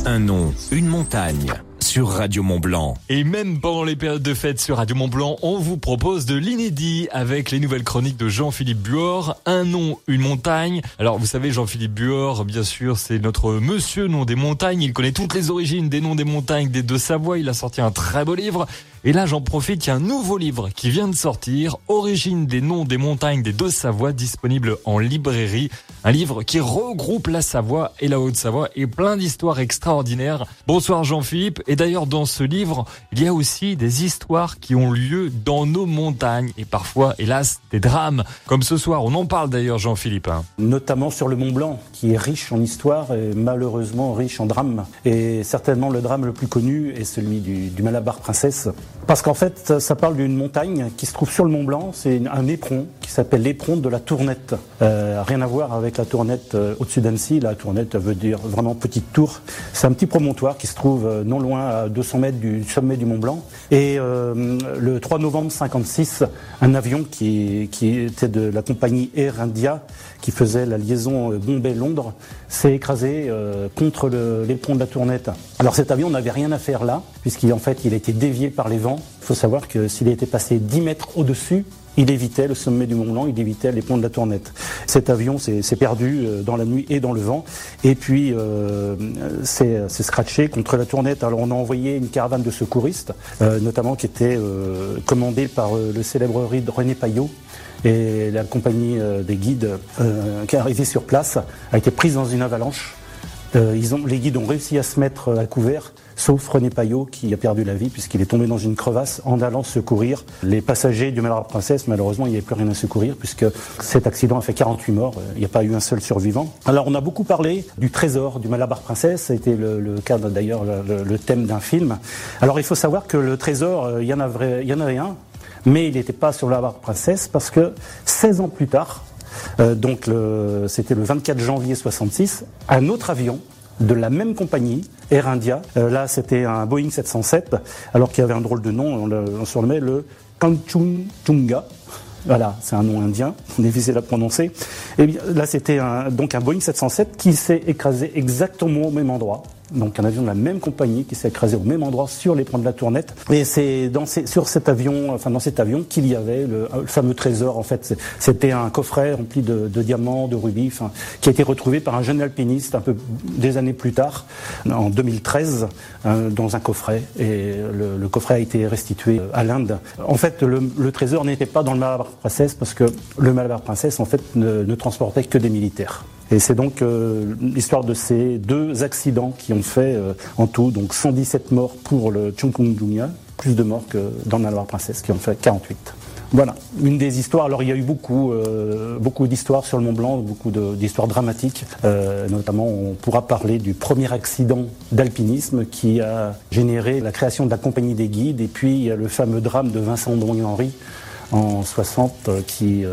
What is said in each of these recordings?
Un nom, une montagne. Sur Radio Mont-Blanc. Et même pendant les périodes de fête sur Radio Mont-Blanc, on vous propose de l'inédit avec les nouvelles chroniques de Jean-Philippe Buor. Un nom, une montagne. Alors vous savez, Jean-Philippe Buor, bien sûr, c'est notre monsieur nom des montagnes. Il connaît toutes les origines des noms des montagnes des Deux-Savoie. Il a sorti un très beau livre. Et là, j'en profite, il y a un nouveau livre qui vient de sortir, Origine des noms des montagnes des Deux-Savoie, disponible en librairie. Un livre qui regroupe la Savoie et la Haute-Savoie et plein d'histoires extraordinaires. Bonsoir Jean-Philippe. Et d'ailleurs, dans ce livre, il y a aussi des histoires qui ont lieu dans nos montagnes. Et parfois, hélas, des drames. Comme ce soir, on en parle d'ailleurs, Jean-Philippe. Notamment sur le Mont-Blanc, qui est riche en histoire et malheureusement riche en drames. Et certainement, le drame le plus connu est celui du Malabar Princess. Parce qu'en fait, ça parle d'une montagne qui se trouve sur le Mont-Blanc. C'est un éperon qui s'appelle l'éperon de la Tournette. Rien à voir avec la Tournette au-dessus d'Annecy. La Tournette veut dire vraiment petite tour. C'est un petit promontoire qui se trouve non loin à 200 mètres du sommet du Mont-Blanc. Et le 3 novembre 56, un avion qui était de la compagnie Air India, qui faisait la liaison Bombay-Londres, s'est écrasé contre l'éperon de la Tournette. Alors cet avion n'avait rien à faire là, puisqu'en fait il a été dévié par les vents. Il faut savoir que s'il était passé 10 mètres au-dessus, il évitait le sommet du Mont-Blanc, il évitait l'éperon de la Tournette. Cet avion s'est perdu dans la nuit et dans le vent, et puis s'est scratché contre la Tournette. Alors on a envoyé une caravane de secouristes, notamment qui était commandée par le célèbre René Payot. Et la compagnie des guides qui est arrivée sur place a été prise dans une avalanche. Les guides ont réussi à se mettre à couvert, sauf René Payot qui a perdu la vie puisqu'il est tombé dans une crevasse en allant secourir les passagers du Malabar Princess. Malheureusement, il n'y avait plus rien à secourir puisque cet accident a fait 48 morts. Il n'y a pas eu un seul survivant. Alors, on a beaucoup parlé du trésor du Malabar Princess. Ça a été le cas d'ailleurs, le thème d'un film. Alors, il faut savoir que le trésor, il y en avait un, mais il n'était pas sur le Malabar Princess parce que 16 ans plus tard, c'était le 24 janvier 66, un autre avion de la même compagnie, Air India, là c'était un Boeing 707, alors qu'il y avait un drôle de nom, on surnommait le Kanchenjunga. Voilà, c'est un nom indien, difficile à prononcer. Et bien, là c'était un Boeing 707 qui s'est écrasé exactement au même endroit. Donc un avion de la même compagnie qui s'est écrasé au même endroit sur l'éperon de la Tournette. Et c'est dans cet avion qu'il y avait le fameux trésor. En fait, c'était un coffret rempli de diamants, de rubis, qui a été retrouvé par un jeune alpiniste un peu des années plus tard, en 2013, dans un coffret. Et le coffret a été restitué à l'Inde. En fait, le trésor n'était pas dans le Malabar Princess parce que le Malabar Princess, en fait, ne transportait que des militaires. Et c'est donc l'histoire de ces deux accidents qui ont fait en tout donc 117 morts pour le Kanchenjunga, plus de morts que dans le Malabar Princess qui ont fait 48. Voilà, une des histoires. Alors il y a eu beaucoup d'histoires sur le Mont Blanc, beaucoup d'histoires dramatiques. Notamment, on pourra parler du premier accident d'alpinisme qui a généré la création de la compagnie des guides. Et puis il y a le fameux drame de Vincent Henry en 60 qui,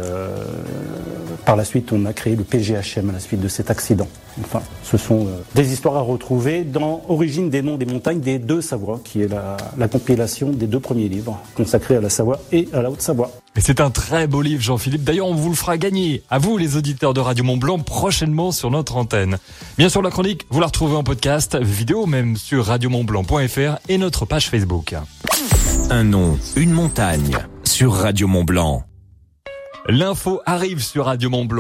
par la suite, on a créé le PGHM à la suite de cet accident. Enfin, ce sont des histoires à retrouver dans Origine des noms des montagnes des Deux-Savoie, qui est la compilation des deux premiers livres consacrés à la Savoie et à la Haute-Savoie. Et c'est un très beau livre, Jean-Philippe. D'ailleurs, on vous le fera gagner, à vous les auditeurs de Radio Mont-Blanc, prochainement sur notre antenne. Bien sûr, la chronique, vous la retrouvez en podcast, vidéo même sur radiomontblanc.fr et notre page Facebook. Un nom, une montagne. Sur Radio Mont-Blanc. L'info arrive sur Radio Mont-Blanc.